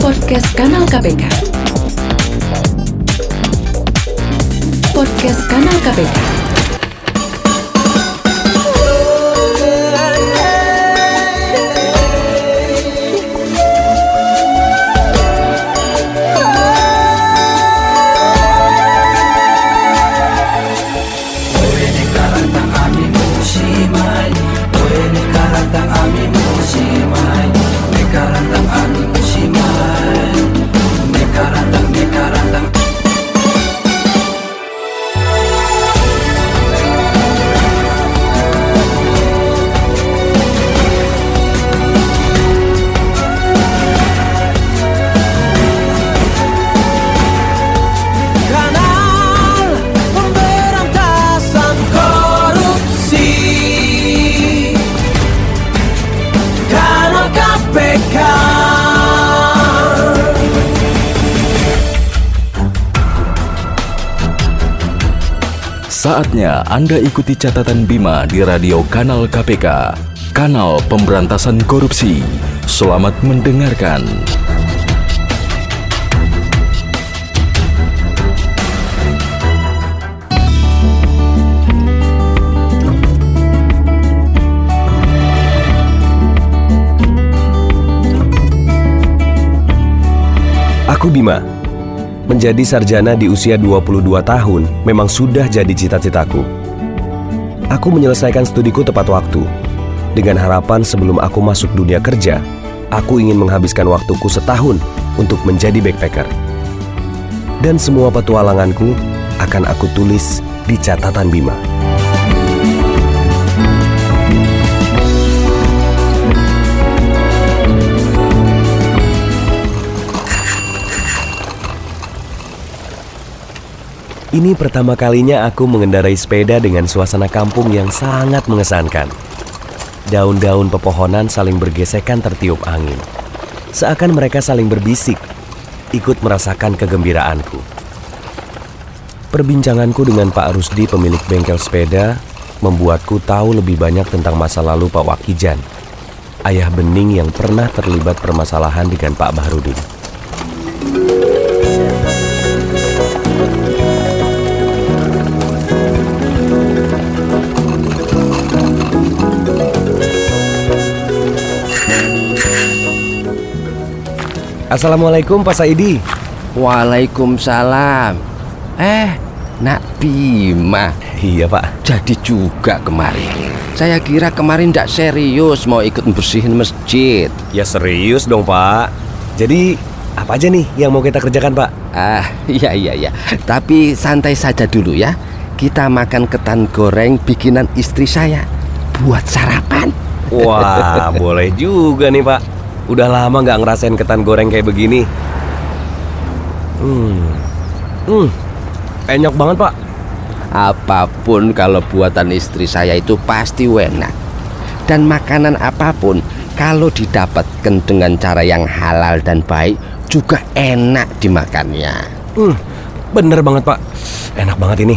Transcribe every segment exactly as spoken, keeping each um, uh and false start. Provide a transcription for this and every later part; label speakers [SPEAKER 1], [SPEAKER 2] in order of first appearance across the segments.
[SPEAKER 1] Podcast Kanal K P K. Podcast Kanal K P K.
[SPEAKER 2] Saatnya Anda ikuti catatan Bima di radio Kanal K P K, Kanal Pemberantasan Korupsi. Selamat mendengarkan.
[SPEAKER 3] Aku Bima. Menjadi sarjana di usia dua puluh dua tahun memang sudah jadi cita-citaku. Aku menyelesaikan studiku tepat waktu. Dengan harapan sebelum aku masuk dunia kerja, aku ingin menghabiskan waktuku setahun untuk menjadi backpacker. Dan semua petualanganku akan aku tulis di catatan Bima. Ini pertama kalinya aku mengendarai sepeda dengan suasana kampung yang sangat mengesankan. Daun-daun pepohonan saling bergesekan tertiup angin. Seakan mereka saling berbisik, ikut merasakan kegembiraanku. Perbincanganku dengan Pak Rusdi, pemilik bengkel sepeda, membuatku tahu lebih banyak tentang masa lalu Pak Wakijan, ayah Bening yang pernah terlibat permasalahan dengan Pak Bahrudin. Assalamualaikum Pak Saidi.
[SPEAKER 4] Waalaikumsalam. Eh, Nak Bima.
[SPEAKER 3] Iya Pak.
[SPEAKER 4] Jadi juga kemarin. Saya kira kemarin tidak serius mau ikut bersihin masjid.
[SPEAKER 3] Ya serius dong Pak. Jadi apa aja nih yang mau kita kerjakan Pak?
[SPEAKER 4] Ah, iya iya iya. Tapi santai saja dulu ya. Kita makan ketan goreng bikinan istri saya buat sarapan.
[SPEAKER 3] Wah, boleh juga nih Pak. Udah lama gak ngerasain ketan goreng kayak begini. Hmm, hmm, enak banget Pak.
[SPEAKER 4] Apapun kalau buatan istri saya itu pasti enak. Dan makanan apapun kalau didapatkan dengan cara yang halal dan baik juga enak dimakannya.
[SPEAKER 3] Hmm, bener banget Pak. Enak banget ini.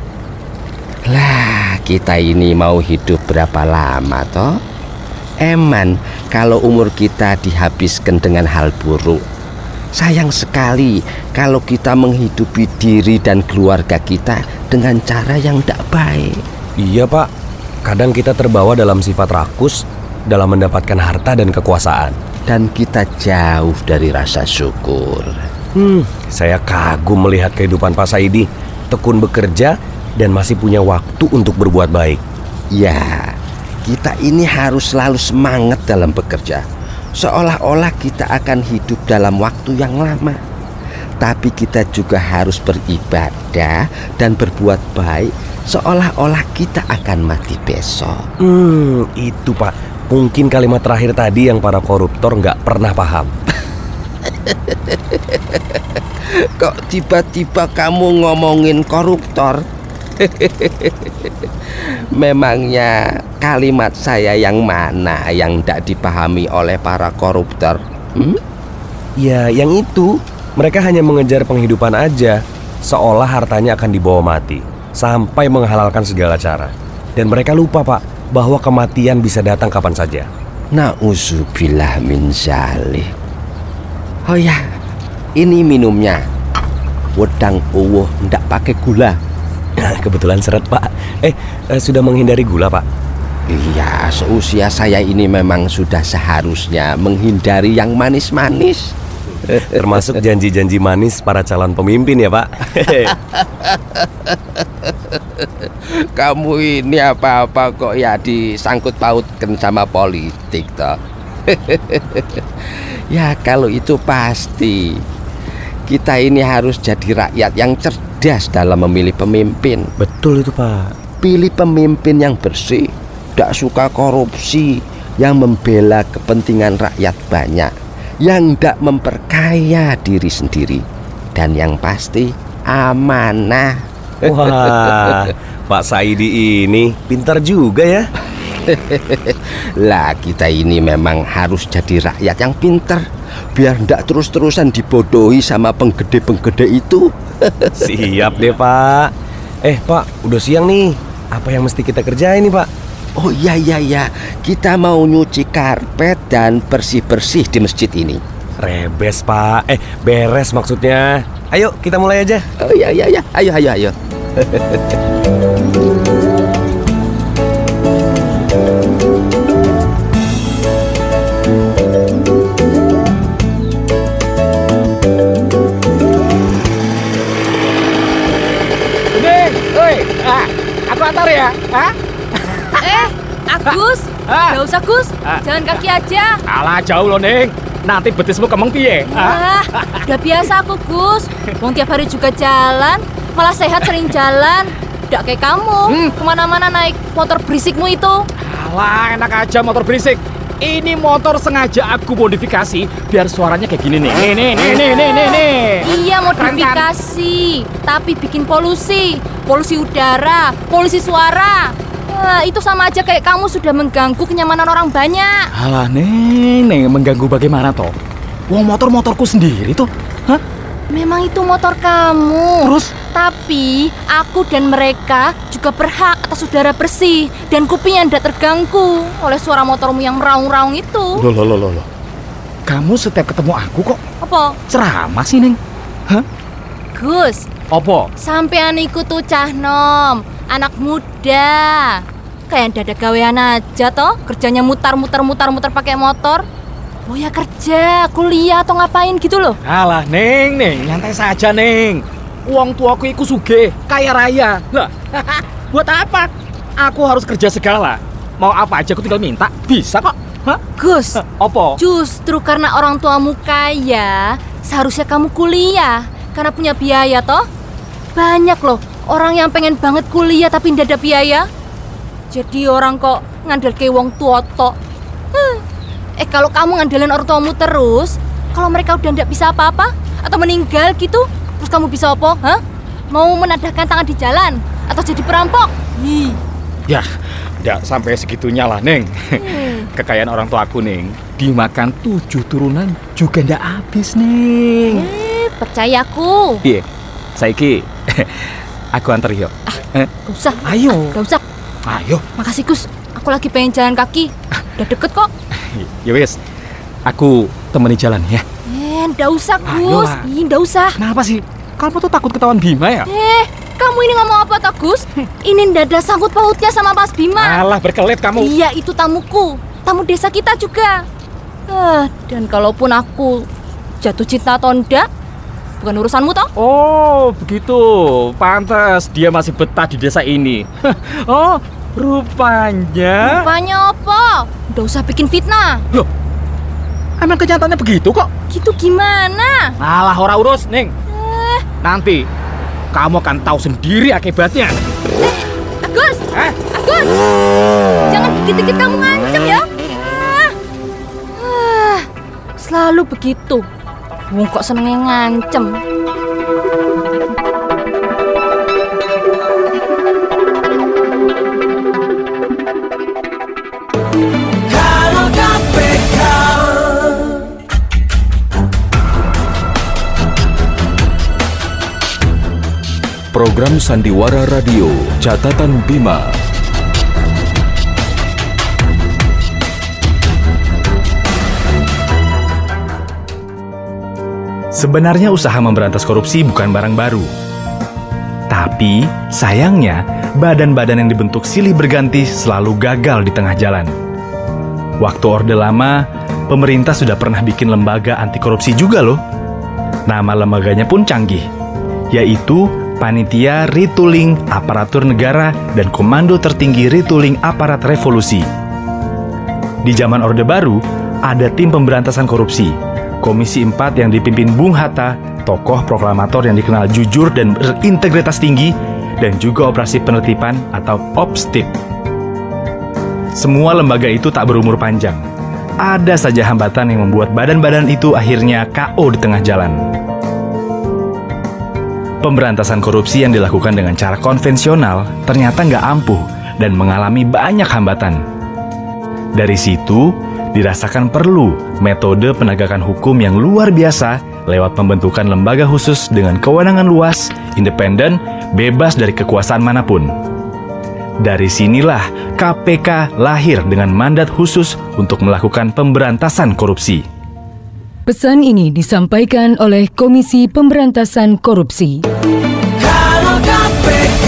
[SPEAKER 4] Lah, kita ini mau hidup berapa lama toh? Eman kalau umur kita dihabiskan dengan hal buruk. Sayang sekali kalau kita menghidupi diri dan keluarga kita dengan cara yang tidak baik.
[SPEAKER 3] Iya Pak, kadang kita terbawa dalam sifat rakus dalam mendapatkan harta dan kekuasaan.
[SPEAKER 4] Dan kita jauh dari rasa syukur.
[SPEAKER 3] Hmm, saya kagum melihat kehidupan Pak Saidi. Tekun bekerja dan masih punya waktu untuk berbuat baik.
[SPEAKER 4] Ya, kita ini harus selalu semangat dalam bekerja, seolah-olah kita akan hidup dalam waktu yang lama. Tapi kita juga harus beribadah dan berbuat baik, seolah-olah kita akan mati besok.
[SPEAKER 3] Hmm, itu Pak. Mungkin kalimat terakhir tadi yang para koruptor nggak pernah paham.
[SPEAKER 4] Kok tiba-tiba kamu ngomongin koruptor? Memangnya kalimat saya yang mana yang tidak dipahami oleh para koruptor? Hmm?
[SPEAKER 3] Ya, yang itu. Mereka hanya mengejar penghidupan aja, seolah hartanya akan dibawa mati, sampai menghalalkan segala cara. Dan mereka lupa Pak, bahwa kematian bisa datang kapan saja.
[SPEAKER 4] Na'udzubillah min zalik. Oh ya, ini minumnya. Wedang uwuh ndak pakai gula.
[SPEAKER 3] Kebetulan seret, Pak. Eh, eh sudah menghindari gula, Pak?
[SPEAKER 4] Iya, seusia saya ini memang sudah seharusnya menghindari yang manis-manis.
[SPEAKER 3] Termasuk janji-janji manis para calon pemimpin ya, Pak.
[SPEAKER 4] Kamu ini apa-apa kok ya disangkut pautkan sama politik toh. Ya kalau itu pasti. Kita ini harus jadi rakyat yang cerdas dalam memilih pemimpin.
[SPEAKER 3] Betul itu, Pak.
[SPEAKER 4] Pilih pemimpin yang bersih, tidak suka korupsi, yang membela kepentingan rakyat banyak, yang tidak memperkaya diri sendiri, dan yang pasti amanah.
[SPEAKER 3] Wah, Pak Saidi ini pintar juga ya.
[SPEAKER 4] Lah kita ini memang harus jadi rakyat yang pintar, biar ndak terus-terusan dibodohi sama penggede-penggede itu.
[SPEAKER 3] Siap deh, Pak. Eh, Pak, udah siang nih. Apa yang mesti kita kerjain nih, Pak?
[SPEAKER 4] Oh iya iya iya, kita mau nyuci karpet dan bersih-bersih di masjid ini.
[SPEAKER 3] Rebes, Pak. Eh, beres maksudnya. Ayo, kita mulai aja.
[SPEAKER 4] Oh iya iya iya, ayo ayo ayo.
[SPEAKER 5] Ah, aku antar ya. Ah?
[SPEAKER 6] Eh, Agus,
[SPEAKER 5] Ah.
[SPEAKER 6] gak usah Gus,
[SPEAKER 5] Ah.
[SPEAKER 6] jalan kaki aja.
[SPEAKER 5] Alah jauh loh, Neng. Nanti betismu kemeng piye? Ah?
[SPEAKER 6] Ah, udah biasa aku Gus. Wong tiap hari juga jalan, malah sehat sering jalan. Udah kayak kamu,
[SPEAKER 5] Hmm.
[SPEAKER 6] kemana-mana naik motor berisikmu itu.
[SPEAKER 5] Alah, enak aja motor berisik. Ini motor sengaja aku modifikasi biar suaranya kayak gini nih. Nih, nih, nih, nih, nih, nih, nih.
[SPEAKER 6] Iya,
[SPEAKER 5] Keren kan?
[SPEAKER 6] modifikasi, tapi bikin polusi, polusi udara, polusi suara. Ah, itu sama aja kayak kamu sudah mengganggu kenyamanan orang banyak.
[SPEAKER 5] Alah, Neng, Neng mengganggu bagaimana toh? Wong motor-motorku sendiri tuh. Hah?
[SPEAKER 6] Memang itu motor kamu.
[SPEAKER 5] Terus?
[SPEAKER 6] Tapi aku dan mereka juga berhak atas udara bersih dan kupingnya tidak terganggu oleh suara motormu yang meraung-raung itu.
[SPEAKER 5] Loh, loh, loh, loh, loh. Kamu setiap ketemu aku kok
[SPEAKER 6] Apa?
[SPEAKER 5] ceramah sih, Neng? Hah?
[SPEAKER 6] Gus,
[SPEAKER 5] Apa?
[SPEAKER 6] sampean iku tuh cah nom, anak muda. Kayak dada gawean aja toh, kerjanya mutar-mutar-mutar-mutar pakai motor. Oh ya kerja, kuliah atau ngapain gitu loh.
[SPEAKER 5] Alah, Neng, Neng, nyantai saja, Neng. Uang tuaku iku sugih, kaya raya. Lah, buat apa? Aku harus kerja segala. Mau apa aja aku tinggal minta, bisa kok. Hah?
[SPEAKER 6] Gus,
[SPEAKER 5] Apa?
[SPEAKER 6] justru karena orang tuamu kaya, seharusnya kamu kuliah. Karena punya biaya toh. Banyak loh orang yang pengen banget kuliah tapi ndak ada biaya. Jadi orang kok ngandel ke wong tua tok. Hmm. Eh kalau kamu ngandelin orang tuamu terus, kalau mereka udah ndak bisa apa-apa atau meninggal gitu, terus kamu bisa apa? Hah? Mau menadahkan tangan di jalan atau jadi perampok? Ih.
[SPEAKER 5] Ya, nggak sampai segitunya lah, Neng.
[SPEAKER 6] Hmm.
[SPEAKER 5] Kekayaan orang tua aku, Neng, dimakan tujuh turunan juga ndak habis, Neng.
[SPEAKER 6] Eh, percayaku.
[SPEAKER 5] Iya, saiki aku antar yuk. Eh,
[SPEAKER 6] Gak usah.
[SPEAKER 5] ayo,
[SPEAKER 6] Gak usah.
[SPEAKER 5] ayo.
[SPEAKER 6] Makasih Gus. Aku lagi pengen jalan kaki. Udah deket kok.
[SPEAKER 5] Ya wes, aku temani jalan ya.
[SPEAKER 6] Eh, ndak usah
[SPEAKER 5] Ayo
[SPEAKER 6] Gus.
[SPEAKER 5] lah.
[SPEAKER 6] Ih, ndak usah.
[SPEAKER 5] Kenapa sih? Kamu tuh takut ketahuan Bima ya?
[SPEAKER 6] Eh, kamu ini ngomong apa tak Gus? Ini ndak ada sangkut pautnya sama Mas Bima.
[SPEAKER 5] Alah, berkelit kamu.
[SPEAKER 6] Iya, itu tamuku. Tamu desa kita juga. Ah, dan kalaupun aku jatuh cinta atau enggak, bukan urusanmu toh?
[SPEAKER 5] Oh, begitu. Pantas dia masih betah di desa ini. Oh, rupanya.
[SPEAKER 6] Rupanya apa? Ndak usah bikin fitnah.
[SPEAKER 5] Loh, emang kenyataannya begitu kok?
[SPEAKER 6] Gitu gimana?
[SPEAKER 5] Alah, ora urus, Neng.
[SPEAKER 6] Eh,
[SPEAKER 5] Nanti kamu akan tahu sendiri akibatnya.
[SPEAKER 6] Agus!
[SPEAKER 5] Eh?
[SPEAKER 6] Agus! Jangan dikit-dikit kamu ngancam ya. Ah. Ah, selalu begitu. Wong kok senengnya ngancem.
[SPEAKER 2] Program Sandiwara Radio Catatan Bima.
[SPEAKER 7] Sebenarnya usaha memberantas korupsi bukan barang baru. Tapi, sayangnya, badan-badan yang dibentuk silih berganti selalu gagal di tengah jalan. Waktu Orde Lama, pemerintah sudah pernah bikin lembaga anti korupsi juga loh. Nama lembaganya pun canggih, yaitu Panitia Retooling Aparatur Negara dan Komando Tertinggi Retooling Aparat Revolusi. Di zaman Orde Baru, ada tim pemberantasan korupsi, Komisi empat yang dipimpin Bung Hatta, tokoh proklamator yang dikenal jujur dan berintegritas tinggi, dan juga operasi penertiban atau Opstip. Semua lembaga itu tak berumur panjang. Ada saja hambatan yang membuat badan-badan itu akhirnya K O di tengah jalan. Pemberantasan korupsi yang dilakukan dengan cara konvensional ternyata nggak ampuh dan mengalami banyak hambatan. Dari situ, dirasakan perlu metode penegakan hukum yang luar biasa lewat pembentukan lembaga khusus dengan kewenangan luas, independen, bebas dari kekuasaan manapun. Dari sinilah K P K lahir dengan mandat khusus untuk melakukan pemberantasan korupsi.
[SPEAKER 1] Pesan ini disampaikan oleh Komisi Pemberantasan Korupsi.
[SPEAKER 8] Kanal K P K.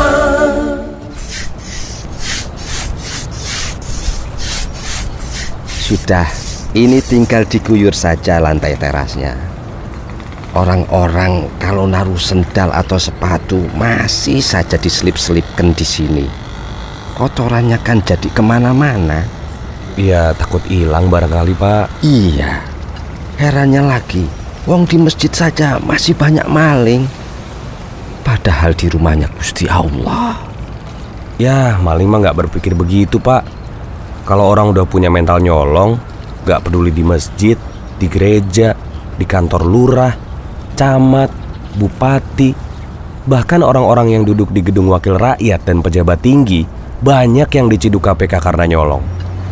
[SPEAKER 4] Sudah, ini tinggal diguyur saja lantai terasnya. Orang-orang kalau naruh sendal atau sepatu masih saja diselip-selipkan di sini. Kotorannya kan jadi kemana-mana.
[SPEAKER 3] Ya takut hilang barangkali, Pak.
[SPEAKER 4] Iya, herannya lagi, wong di masjid saja masih banyak maling. Padahal di rumahnya Gusti Allah.
[SPEAKER 3] Ya, maling mah nggak berpikir begitu, Pak. Kalau orang udah punya mental nyolong, nggak peduli di masjid, di gereja, di kantor lurah, camat, bupati, bahkan orang-orang yang duduk di gedung wakil rakyat dan pejabat tinggi, banyak yang diciduk K P K karena nyolong.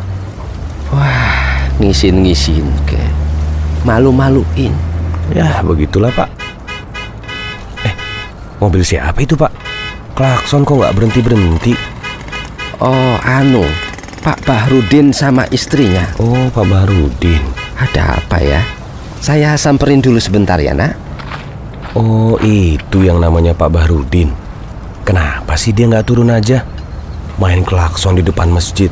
[SPEAKER 4] Wah, ngisin-ngisin ke, malu-maluin.
[SPEAKER 3] Ya, begitulah, Pak. Eh, mobil siapa itu, Pak? Klakson kok nggak berhenti-berhenti?
[SPEAKER 4] Oh, anu, Pak Bahrudin sama istrinya.
[SPEAKER 3] Oh, Pak Bahrudin.
[SPEAKER 4] Ada apa ya? Saya samperin dulu sebentar ya, Nak.
[SPEAKER 3] Oh, itu yang namanya Pak Bahrudin. Kenapa sih dia nggak turun aja? Main klakson di depan masjid.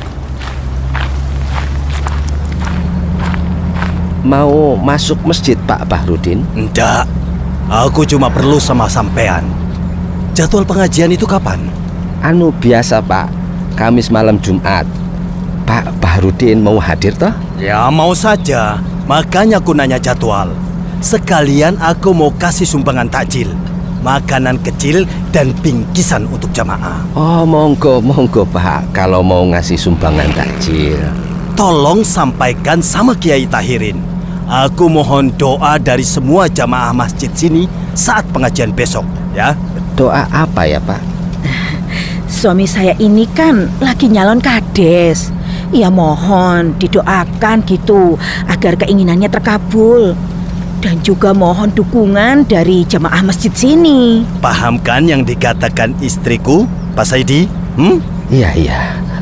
[SPEAKER 4] Mau masuk masjid, Pak Bahrudin?
[SPEAKER 9] Enggak, aku cuma perlu sama sampean. Jadwal pengajian itu kapan?
[SPEAKER 4] Anu biasa, Pak, Kamis malam Jumat. Pak Bahrudin mau hadir toh?
[SPEAKER 9] Ya mau saja, makanya aku nanya jadwal. Sekalian aku mau kasih sumbangan takjil, makanan kecil dan bingkisan untuk jamaah.
[SPEAKER 4] Oh monggo, monggo Pak, kalau mau ngasih sumbangan takjil.
[SPEAKER 9] Tolong sampaikan sama Kiai Tahirin, aku mohon doa dari semua jamaah masjid sini saat pengajian besok, ya.
[SPEAKER 4] Doa apa ya, Pak?
[SPEAKER 10] Suami saya ini kan lagi nyalon kades. Ya mohon didoakan gitu agar keinginannya terkabul. Dan juga mohon dukungan dari jamaah masjid sini.
[SPEAKER 9] Pahamkan yang dikatakan istriku, Pak Saidi? Hmm?
[SPEAKER 4] Iya, iya.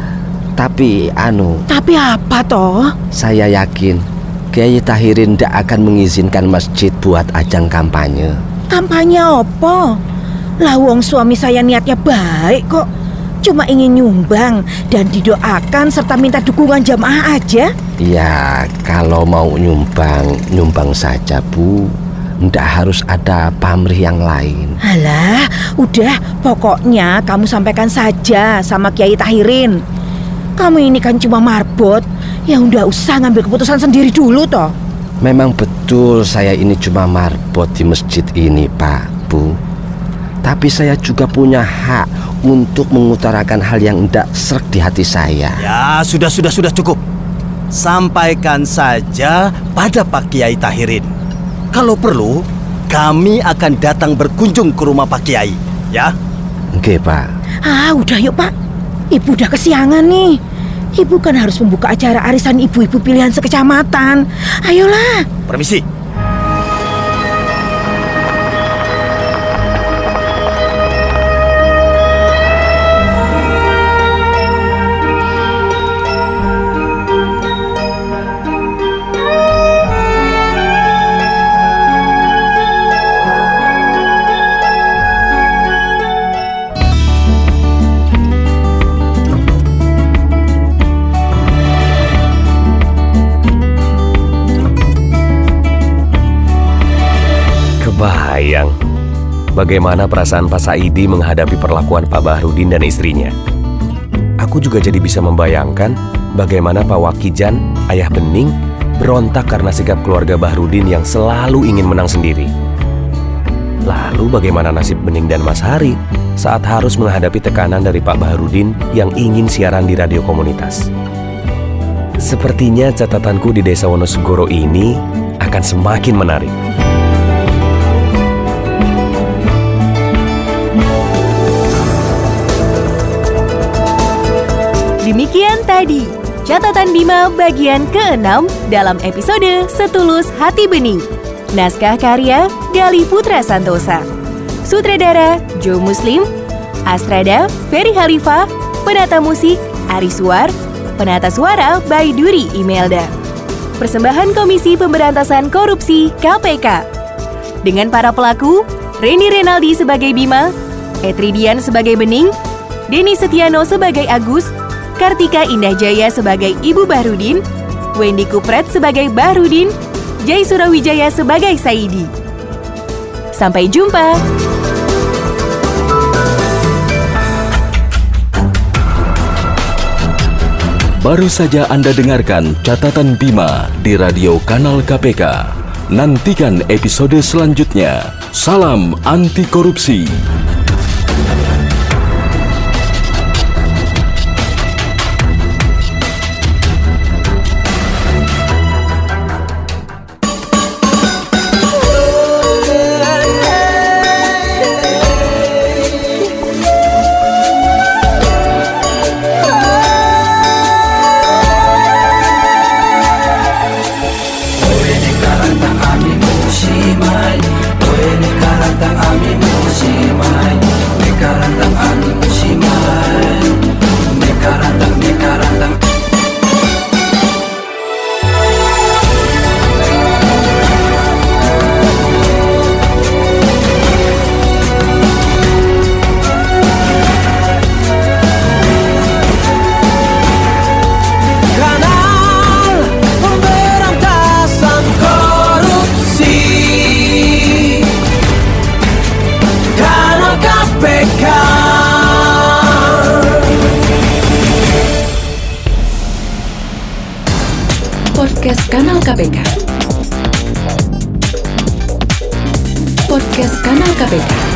[SPEAKER 4] Tapi anu...
[SPEAKER 10] Tapi apa toh?
[SPEAKER 4] Saya yakin Kiai Tahirin tidak akan mengizinkan masjid buat ajang kampanye.
[SPEAKER 10] Kampanye apa? Lah wong suami saya niatnya baik kok. Cuma ingin nyumbang dan didoakan serta minta dukungan jamaah aja.
[SPEAKER 4] Ya, kalau mau nyumbang, nyumbang saja, Bu. Nggak harus ada pamrih yang lain.
[SPEAKER 10] Alah, udah, pokoknya kamu sampaikan saja sama Kiai Tahirin. Kamu ini kan cuma marbot, ya udah usah ngambil keputusan sendiri dulu toh.
[SPEAKER 4] Memang betul saya ini cuma marbot di masjid ini, Pak, Bu. Tapi saya juga punya hak untuk mengutarakan hal yang tidak sreg di hati saya.
[SPEAKER 9] Ya, sudah, sudah, sudah cukup. Sampaikan saja pada Pak Kiai Tahirin. Kalau perlu, kami akan datang berkunjung ke rumah Pak Kiai, ya?
[SPEAKER 4] Oke, Pak.
[SPEAKER 10] Ah, udah yuk, Pak. Ibu udah kesiangan nih. Ibu kan harus membuka acara arisan ibu-ibu pilihan sekecamatan. Ayolah.
[SPEAKER 9] Permisi.
[SPEAKER 3] kebayang bagaimana perasaan Pak Saidi menghadapi perlakuan Pak Bahrudin dan istrinya. Aku juga jadi bisa membayangkan bagaimana Pak Wakijan, ayah Bening, berontak karena sikap keluarga Bahrudin yang selalu ingin menang sendiri. Lalu bagaimana nasib Bening dan Mas Hari saat harus menghadapi tekanan dari Pak Bahrudin yang ingin siaran di radio komunitas? Sepertinya catatanku di Desa Wonosegoro ini akan semakin menarik.
[SPEAKER 11] Demikian tadi catatan Bima bagian keenam dalam episode Setulus Hati Bening. Naskah karya Gali Putra Santosa. Sutradara Joe Muslim. Astrada Ferry Halifa. Penata musik Ari Suar. Penata suara by Duri Imelda. Persembahan Komisi Pemberantasan Korupsi K P K. Dengan para pelaku, Reni Renaldi sebagai Bima, Etridian sebagai Bening, Denny Setiano sebagai Agus, Kartika Indah Jaya sebagai Ibu Bahrudin, Wendy Kupret sebagai Bahrudin, Jai Surawijaya sebagai Saidi. Sampai jumpa.
[SPEAKER 2] Baru saja Anda dengarkan catatan Bima di radio Kanal K P K. Nantikan episode selanjutnya. Salam anti korupsi.
[SPEAKER 1] Podcast Kanal K P K. Podcast Kanal K P K.